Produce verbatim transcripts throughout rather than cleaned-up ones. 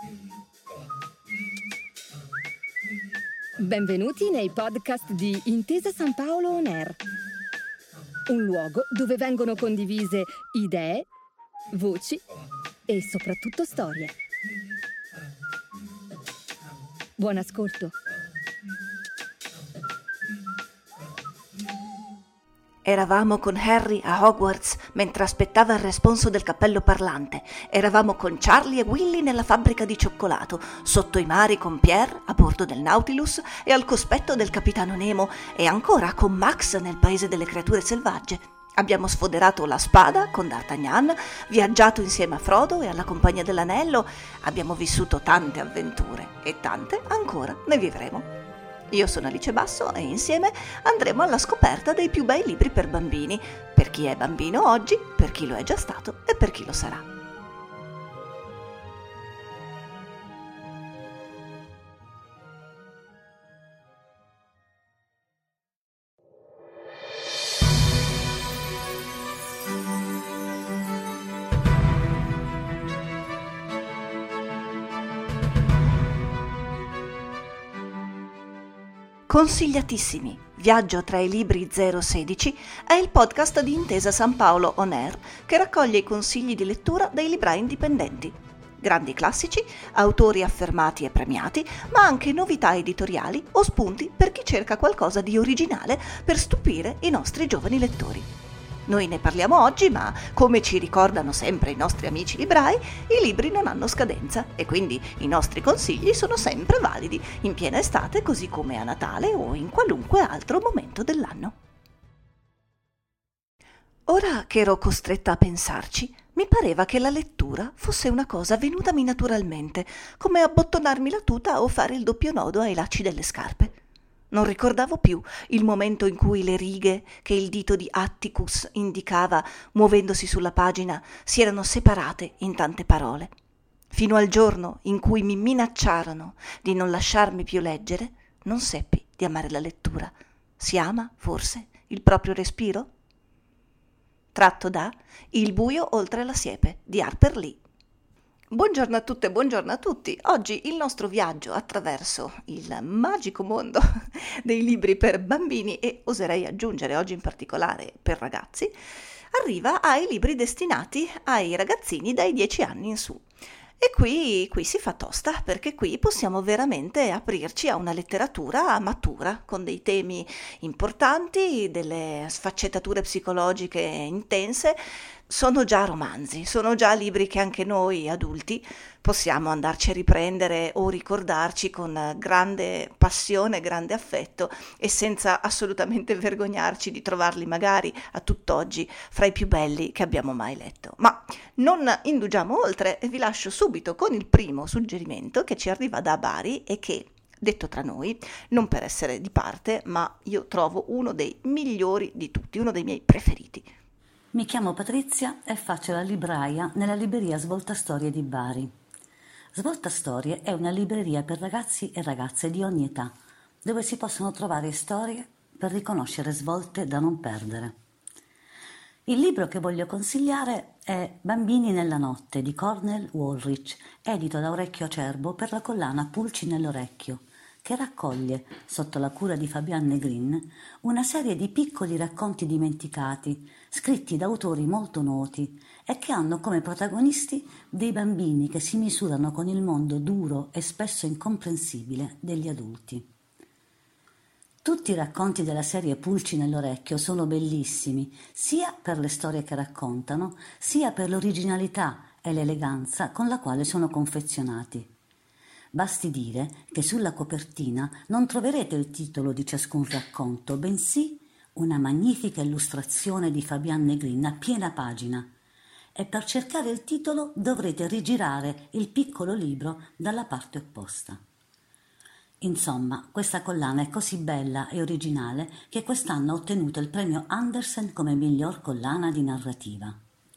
Benvenuti nei podcast di Intesa San Paolo On Air, un luogo dove vengono condivise idee, voci e soprattutto storie. Buon ascolto. Eravamo con Harry a Hogwarts mentre aspettava il responso del cappello parlante. Eravamo con Charlie e Willy nella fabbrica di cioccolato, sotto i mari con Pierre a bordo del Nautilus e al cospetto del capitano Nemo, e ancora con Max nel paese delle creature selvagge. Abbiamo sfoderato la spada con D'Artagnan, viaggiato insieme a Frodo e alla Compagnia dell'Anello. Abbiamo vissuto tante avventure e tante ancora ne vivremo. Io sono Alice Basso e insieme andremo alla scoperta dei più bei libri per bambini, per chi è bambino oggi, per chi lo è già stato e per chi lo sarà. Consigliatissimi, Viaggio tra i libri zero sedici è il podcast di Intesa San Paolo On Air che raccoglie i consigli di lettura dei librai indipendenti. Grandi classici, autori affermati e premiati, ma anche novità editoriali o spunti per chi cerca qualcosa di originale per stupire i nostri giovani lettori. Noi ne parliamo oggi, ma come ci ricordano sempre i nostri amici librai, i libri non hanno scadenza e quindi i nostri consigli sono sempre validi in piena estate, così come a Natale o in qualunque altro momento dell'anno. Ora che ero costretta a pensarci, mi pareva che la lettura fosse una cosa venutami naturalmente, come abbottonarmi la tuta o fare il doppio nodo ai lacci delle scarpe. Non ricordavo più il momento in cui le righe che il dito di Atticus indicava muovendosi sulla pagina si erano separate in tante parole. Fino al giorno in cui mi minacciarono di non lasciarmi più leggere, non seppi di amare la lettura. Si ama, forse, il proprio respiro? Tratto da Il buio oltre la siepe di Harper Lee. Buongiorno a tutte e buongiorno a tutti. Oggi il nostro viaggio attraverso il magico mondo dei libri per bambini e oserei aggiungere oggi in particolare per ragazzi, arriva ai libri destinati ai ragazzini dai dieci anni in su. E qui, qui si fa tosta, perché qui possiamo veramente aprirci a una letteratura matura, con dei temi importanti, delle sfaccettature psicologiche intense. Sono già romanzi, sono già libri che anche noi adulti possiamo andarci a riprendere o ricordarci con grande passione, grande affetto e senza assolutamente vergognarci di trovarli magari a tutt'oggi fra i più belli che abbiamo mai letto. Ma non indugiamo oltre e vi lascio subito con il primo suggerimento che ci arriva da Bari e che, detto tra noi, non per essere di parte, ma io trovo uno dei migliori di tutti, uno dei miei preferiti. Mi chiamo Patrizia e faccio la libraia nella libreria Svolta Storie di Bari. Svolta Storie è una libreria per ragazzi e ragazze di ogni età, dove si possono trovare storie per riconoscere svolte da non perdere. Il libro che voglio consigliare è Bambini nella notte di Cornell Woolrich, edito da Orecchio Acerbo per la collana Pulci nell'orecchio, che raccoglie, sotto la cura di Fabian Negrin, una serie di piccoli racconti dimenticati, scritti da autori molto noti e che hanno come protagonisti dei bambini che si misurano con il mondo duro e spesso incomprensibile degli adulti. Tutti i racconti della serie Pulci nell'orecchio sono bellissimi, sia per le storie che raccontano, sia per l'originalità e l'eleganza con la quale sono confezionati. Basti dire che sulla copertina non troverete il titolo di ciascun racconto, bensì una magnifica illustrazione di Fabian Negrin a piena pagina. E per cercare il titolo dovrete rigirare il piccolo libro dalla parte opposta. Insomma, questa collana è così bella e originale che quest'anno ha ottenuto il premio Andersen come miglior collana di narrativa.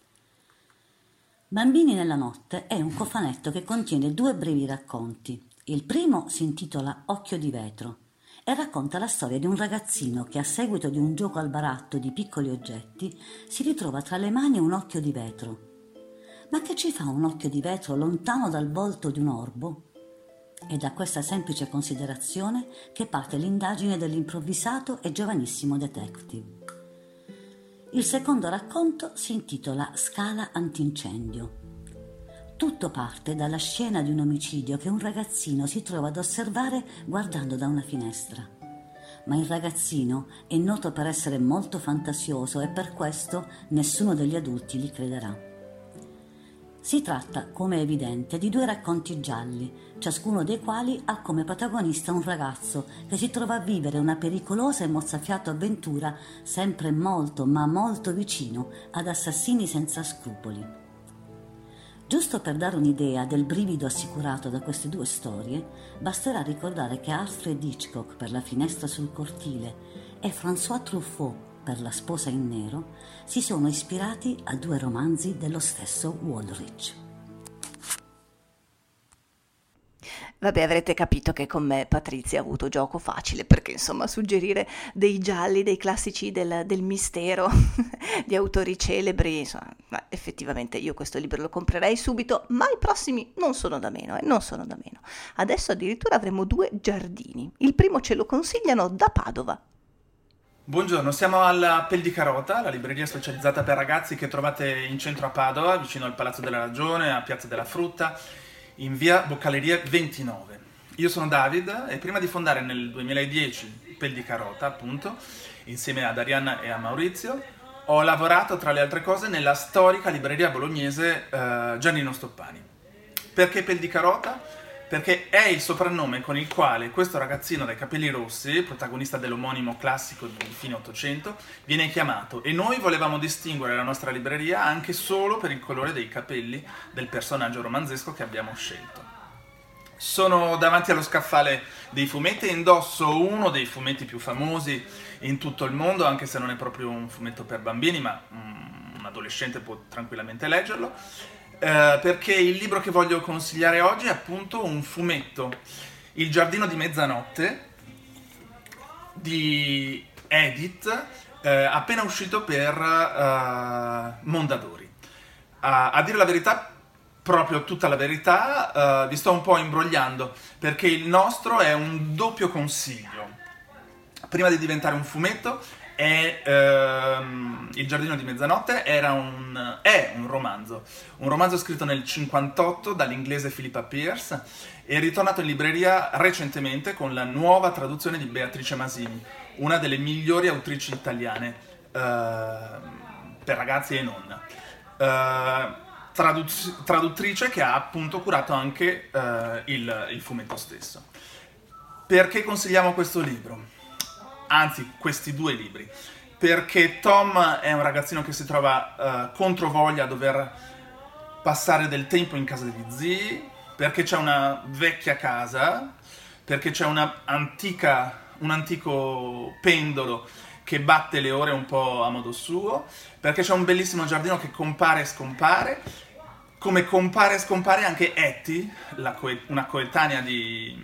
Bambini nella notte è un cofanetto che contiene due brevi racconti. Il primo si intitola Occhio di vetro e racconta la storia di un ragazzino che a seguito di un gioco al baratto di piccoli oggetti si ritrova tra le mani un occhio di vetro. Ma che ci fa un occhio di vetro lontano dal volto di un orbo? È da questa semplice considerazione che parte l'indagine dell'improvvisato e giovanissimo detective. Il secondo racconto si intitola Scala antincendio. Tutto parte dalla scena di un omicidio che un ragazzino si trova ad osservare guardando da una finestra. Ma il ragazzino è noto per essere molto fantasioso e per questo nessuno degli adulti gli crederà. Si tratta, come è evidente, di due racconti gialli, ciascuno dei quali ha come protagonista un ragazzo che si trova a vivere una pericolosa e mozzafiato avventura sempre molto, ma molto vicino ad assassini senza scrupoli. Giusto per dare un'idea del brivido assicurato da queste due storie, basterà ricordare che Alfred Hitchcock per La finestra sul cortile e François Truffaut per La sposa in nero si sono ispirati a due romanzi dello stesso Woolrich. Vabbè, avrete capito che con me Patrizia ha avuto gioco facile, perché insomma suggerire dei gialli, dei classici del, del mistero, di autori celebri, insomma, ma effettivamente io questo libro lo comprerei subito, ma i prossimi non sono da meno, eh, non sono da meno. Adesso addirittura avremo due giardini. Il primo ce lo consigliano da Padova. Buongiorno, siamo alla Pel di Carota, la libreria specializzata per ragazzi che trovate in centro a Padova, vicino al Palazzo della Ragione, a Piazza della Frutta, in via Boccaleria ventinove. Io sono David e prima di fondare nel duemiladieci Pel di Carota, appunto, insieme ad Arianna e a Maurizio, ho lavorato tra le altre cose nella storica libreria bolognese eh, Giannino Stoppani. Perché Pel di Carota? Perché è il soprannome con il quale questo ragazzino dai capelli rossi, protagonista dell'omonimo classico di fine Ottocento, viene chiamato, e noi volevamo distinguere la nostra libreria anche solo per il colore dei capelli del personaggio romanzesco che abbiamo scelto. Sono davanti allo scaffale dei fumetti e indosso uno dei fumetti più famosi in tutto il mondo, anche se non è proprio un fumetto per bambini, ma um, un adolescente può tranquillamente leggerlo. Uh, perché il libro che voglio consigliare oggi è appunto un fumetto, Il giardino di mezzanotte, di Edith, uh, appena uscito per uh, Mondadori. Uh, a dire la verità, proprio tutta la verità, uh, vi sto un po' imbrogliando, perché il nostro è un doppio consiglio. Prima di diventare un fumetto, È, ehm, Il giardino di mezzanotte era un, è un romanzo, un romanzo scritto nel cinquantotto dall'inglese Philippa Pierce e ritornato in libreria recentemente con la nuova traduzione di Beatrice Masini, una delle migliori autrici italiane eh, per ragazzi e non. Eh, traduz- traduttrice che ha appunto curato anche eh, il, il fumetto stesso. Perché consigliamo questo libro? Anzi, questi due libri, perché Tom è un ragazzino che si trova uh, controvoglia a dover passare del tempo in casa degli zii, perché c'è una vecchia casa, perché c'è una antica, un antico pendolo che batte le ore un po' a modo suo, perché c'è un bellissimo giardino che compare e scompare, come compare e scompare anche Etty, la coe- una coetanea di,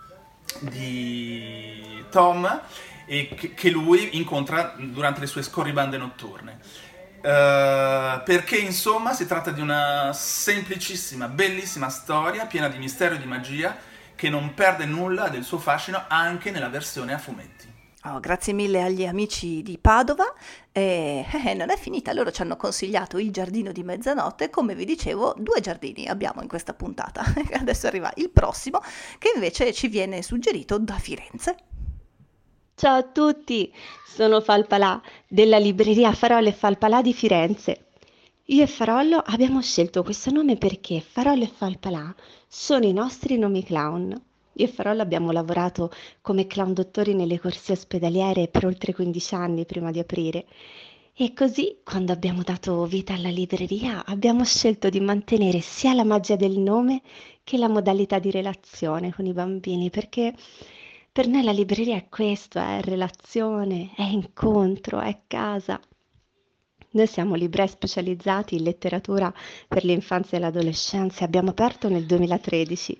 di Tom, e che lui incontra durante le sue scorribande notturne. Uh, perché insomma si tratta di una semplicissima, bellissima storia piena di mistero e di magia che non perde nulla del suo fascino anche nella versione a fumetti. Oh, grazie mille agli amici di Padova. E eh, non è finita, loro ci hanno consigliato Il giardino di mezzanotte. Come vi dicevo, due giardini abbiamo in questa puntata. Adesso arriva il prossimo, che invece ci viene suggerito da Firenze. Ciao a tutti, sono Falpalà della libreria Farollo e Falpalà di Firenze. Io e Farollo abbiamo scelto questo nome perché Farollo e Falpalà sono i nostri nomi clown. Io e Farollo abbiamo lavorato come clown dottori nelle corsie ospedaliere per oltre quindici anni prima di aprire. E così, quando abbiamo dato vita alla libreria, abbiamo scelto di mantenere sia la magia del nome che la modalità di relazione con i bambini, perché per noi la libreria è questo, è relazione, è incontro, è casa. Noi siamo librai specializzati in letteratura per l'infanzia e l'adolescenza e abbiamo aperto nel duemilatredici.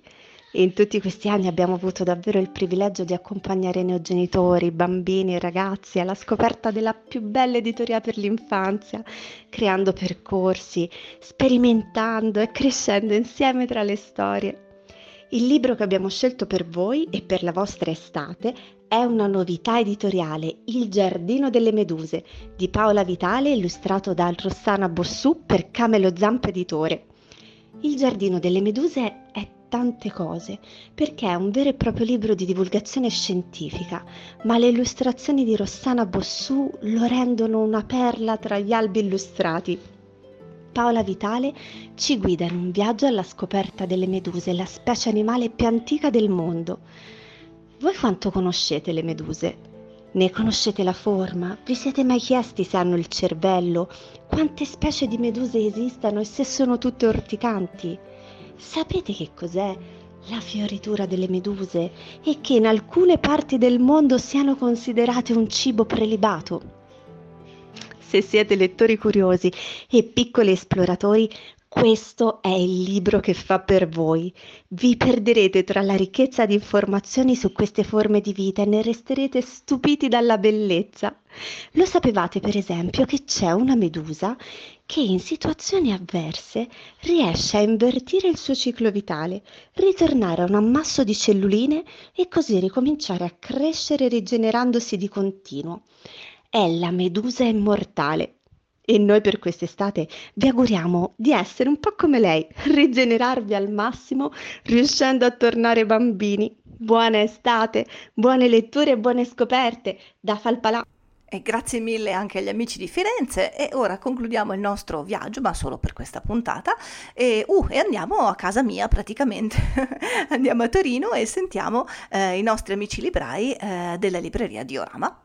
E in tutti questi anni abbiamo avuto davvero il privilegio di accompagnare i neogenitori, i bambini, i ragazzi alla scoperta della più bella editoria per l'infanzia, creando percorsi, sperimentando e crescendo insieme tra le storie. Il libro che abbiamo scelto per voi e per la vostra estate è una novità editoriale, Il Giardino delle Meduse, di Paola Vitale, illustrato da Rossana Bossù per Camelo Zampa Editore. Il Giardino delle Meduse è tante cose, perché è un vero e proprio libro di divulgazione scientifica, ma le illustrazioni di Rossana Bossù lo rendono una perla tra gli albi illustrati. Paola Vitale ci guida in un viaggio alla scoperta delle meduse, la specie animale più antica del mondo. Voi quanto conoscete le meduse? Ne conoscete la forma? Vi siete mai chiesti se hanno il cervello? Quante specie di meduse esistono e se sono tutte orticanti? Sapete che cos'è la fioritura delle meduse e che in alcune parti del mondo siano considerate un cibo prelibato? Se siete lettori curiosi e piccoli esploratori, questo è il libro che fa per voi. Vi perderete tra la ricchezza di informazioni su queste forme di vita e ne resterete stupiti dalla bellezza. Lo sapevate, per esempio, che c'è una medusa che in situazioni avverse riesce a invertire il suo ciclo vitale, ritornare a un ammasso di celluline e così ricominciare a crescere rigenerandosi di continuo. È la medusa immortale. E noi per quest'estate vi auguriamo di essere un po' come lei, rigenerarvi al massimo, riuscendo a tornare bambini. Buona estate, buone letture e buone scoperte da Falpalà. E grazie mille anche agli amici di Firenze. E ora concludiamo il nostro viaggio, ma solo per questa puntata, e, uh, e andiamo a casa mia praticamente. Andiamo a Torino e sentiamo eh, i nostri amici librai eh, della libreria Diorama.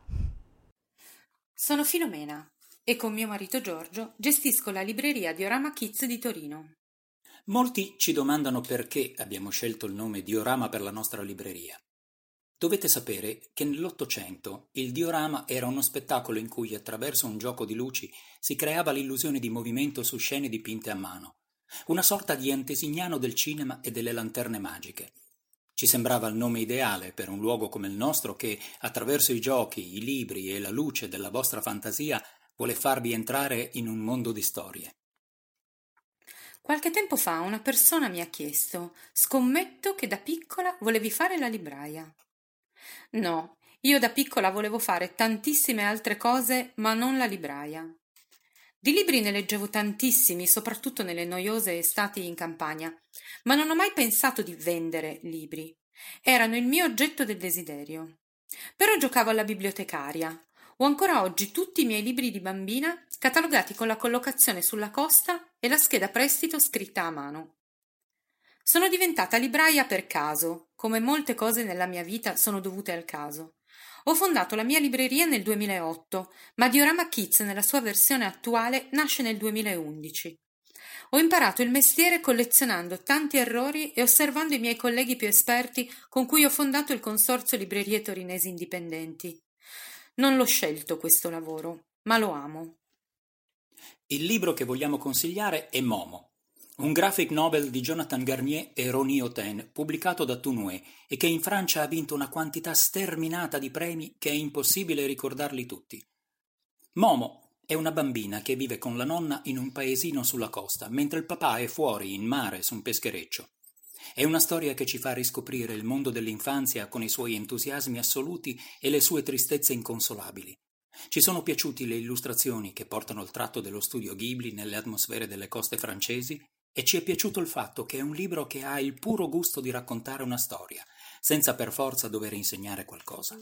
Sono Filomena e con mio marito Giorgio gestisco la libreria Diorama Kids di Torino. Molti ci domandano perché abbiamo scelto il nome Diorama per la nostra libreria. Dovete sapere che nell'Ottocento il diorama era uno spettacolo in cui attraverso un gioco di luci si creava l'illusione di movimento su scene dipinte a mano, una sorta di antesignano del cinema e delle lanterne magiche. Ci sembrava il nome ideale per un luogo come il nostro che, attraverso i giochi, i libri e la luce della vostra fantasia, vuole farvi entrare in un mondo di storie. Qualche tempo fa una persona mi ha chiesto: scommetto che da piccola volevi fare la libraia. No, io da piccola volevo fare tantissime altre cose, ma non la libraia. Di libri ne leggevo tantissimi, soprattutto nelle noiose estati in campagna, ma non ho mai pensato di vendere libri. Erano il mio oggetto del desiderio. Però giocavo alla bibliotecaria. Ho ancora oggi tutti i miei libri di bambina catalogati con la collocazione sulla costa e la scheda prestito scritta a mano. Sono diventata libraia per caso, come molte cose nella mia vita sono dovute al caso. Ho fondato la mia libreria nel duemilaotto, ma Diorama Kids nella sua versione attuale nasce nel duemilaundici. Ho imparato il mestiere collezionando tanti errori e osservando i miei colleghi più esperti con cui ho fondato il Consorzio Librerie Torinesi Indipendenti. Non l'ho scelto questo lavoro, ma lo amo. Il libro che vogliamo consigliare è Momo, un graphic novel di Jonathan Garnier e Ronnie Oten, pubblicato da Tounoué e che in Francia ha vinto una quantità sterminata di premi che è impossibile ricordarli tutti. Momo è una bambina che vive con la nonna in un paesino sulla costa, mentre il papà è fuori, in mare, su un peschereccio. È una storia che ci fa riscoprire il mondo dell'infanzia con i suoi entusiasmi assoluti e le sue tristezze inconsolabili. Ci sono piaciuti le illustrazioni che portano il tratto dello studio Ghibli nelle atmosfere delle coste francesi e ci è piaciuto il fatto che è un libro che ha il puro gusto di raccontare una storia, senza per forza dover insegnare qualcosa.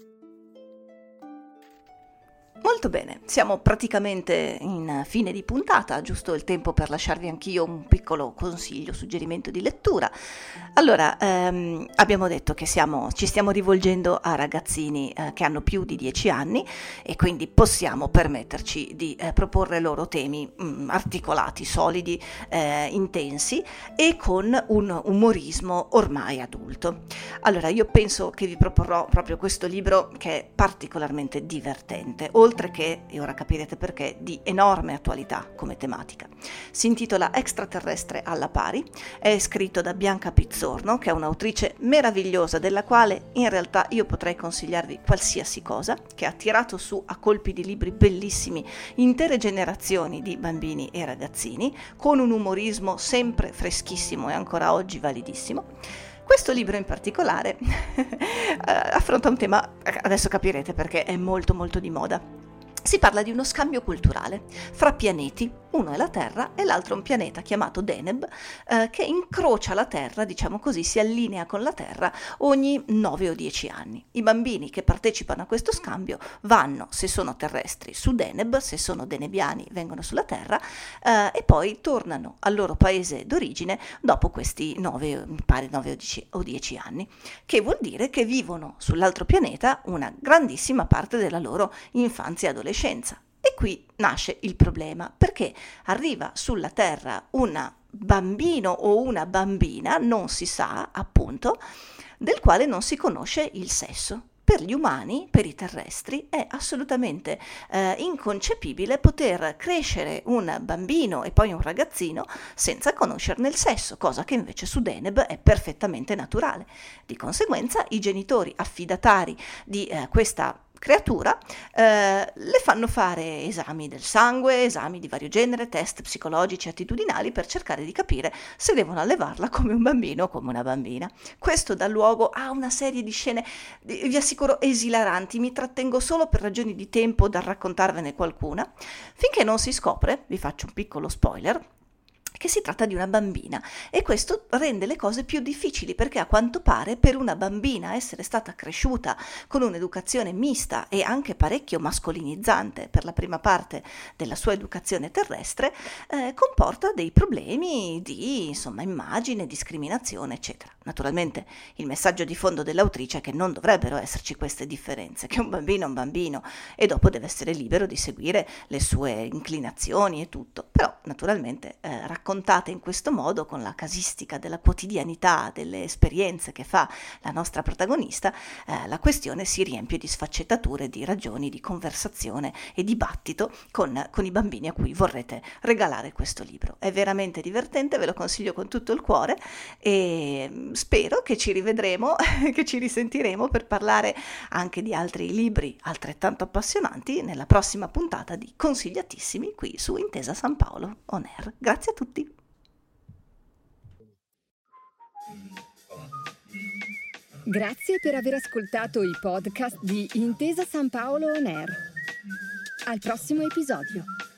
Molto bene, siamo praticamente in fine di puntata, giusto il tempo per lasciarvi anch'io un piccolo consiglio, suggerimento di lettura. Allora, ehm, abbiamo detto che siamo, ci stiamo rivolgendo a ragazzini eh, che hanno più di dieci anni e quindi possiamo permetterci di eh, proporre loro temi mh, articolati, solidi, eh, intensi e con un umorismo ormai adulto. Allora, io penso che vi proporrò proprio questo libro che è particolarmente divertente. Oltre oltre che, e ora capirete perché, di enorme attualità come tematica. Si intitola Extraterrestre alla pari, è scritto da Bianca Pizzorno, che è un'autrice meravigliosa della quale in realtà io potrei consigliarvi qualsiasi cosa, che ha tirato su a colpi di libri bellissimi intere generazioni di bambini e ragazzini, con un umorismo sempre freschissimo e ancora oggi validissimo. Questo libro in particolare affronta un tema, adesso capirete perché è molto molto di moda. Si parla di uno scambio culturale fra pianeti, uno è la Terra e l'altro un pianeta chiamato Deneb, eh, che incrocia la Terra, diciamo così, si allinea con la Terra ogni nove o dieci anni. I bambini che partecipano a questo scambio vanno, se sono terrestri, su Deneb, se sono denebiani vengono sulla Terra eh, e poi tornano al loro paese d'origine dopo questi nove, mi pare nove o dieci anni, che vuol dire che vivono sull'altro pianeta una grandissima parte della loro infanzia e adolescenza. E qui nasce il problema, perché arriva sulla Terra un bambino o una bambina, non si sa appunto, del quale non si conosce il sesso. Per gli umani, per i terrestri, è assolutamente eh, inconcepibile poter crescere un bambino e poi un ragazzino senza conoscerne il sesso, cosa che invece su Deneb è perfettamente naturale. Di conseguenza i genitori affidatari di eh, questa creatura eh, le fanno fare esami del sangue, esami di vario genere, test psicologici, attitudinali per cercare di capire se devono allevarla come un bambino o come una bambina. Questo dà luogo a una serie di scene, vi assicuro, esilaranti. Mi trattengo solo per ragioni di tempo dal raccontarvene qualcuna, finché non si scopre, vi faccio un piccolo spoiler, che si tratta di una bambina, e questo rende le cose più difficili, perché a quanto pare per una bambina essere stata cresciuta con un'educazione mista e anche parecchio mascolinizzante per la prima parte della sua educazione terrestre eh, comporta dei problemi di insomma immagine, discriminazione eccetera. Naturalmente il messaggio di fondo dell'autrice è che non dovrebbero esserci queste differenze, che un bambino è un bambino e dopo deve essere libero di seguire le sue inclinazioni e tutto, però naturalmente eh, raccontate in questo modo, con la casistica della quotidianità, delle esperienze che fa la nostra protagonista, eh, la questione si riempie di sfaccettature, di ragioni, di conversazione e dibattito con, con i bambini a cui vorrete regalare questo libro. È veramente divertente, ve lo consiglio con tutto il cuore e spero che ci rivedremo, che ci risentiremo per parlare anche di altri libri altrettanto appassionanti nella prossima puntata di Consigliatissimi qui su Intesa San Paolo On Air. Grazie a tutti. Grazie per aver ascoltato i podcast di Intesa San Paolo On Air. Al prossimo episodio.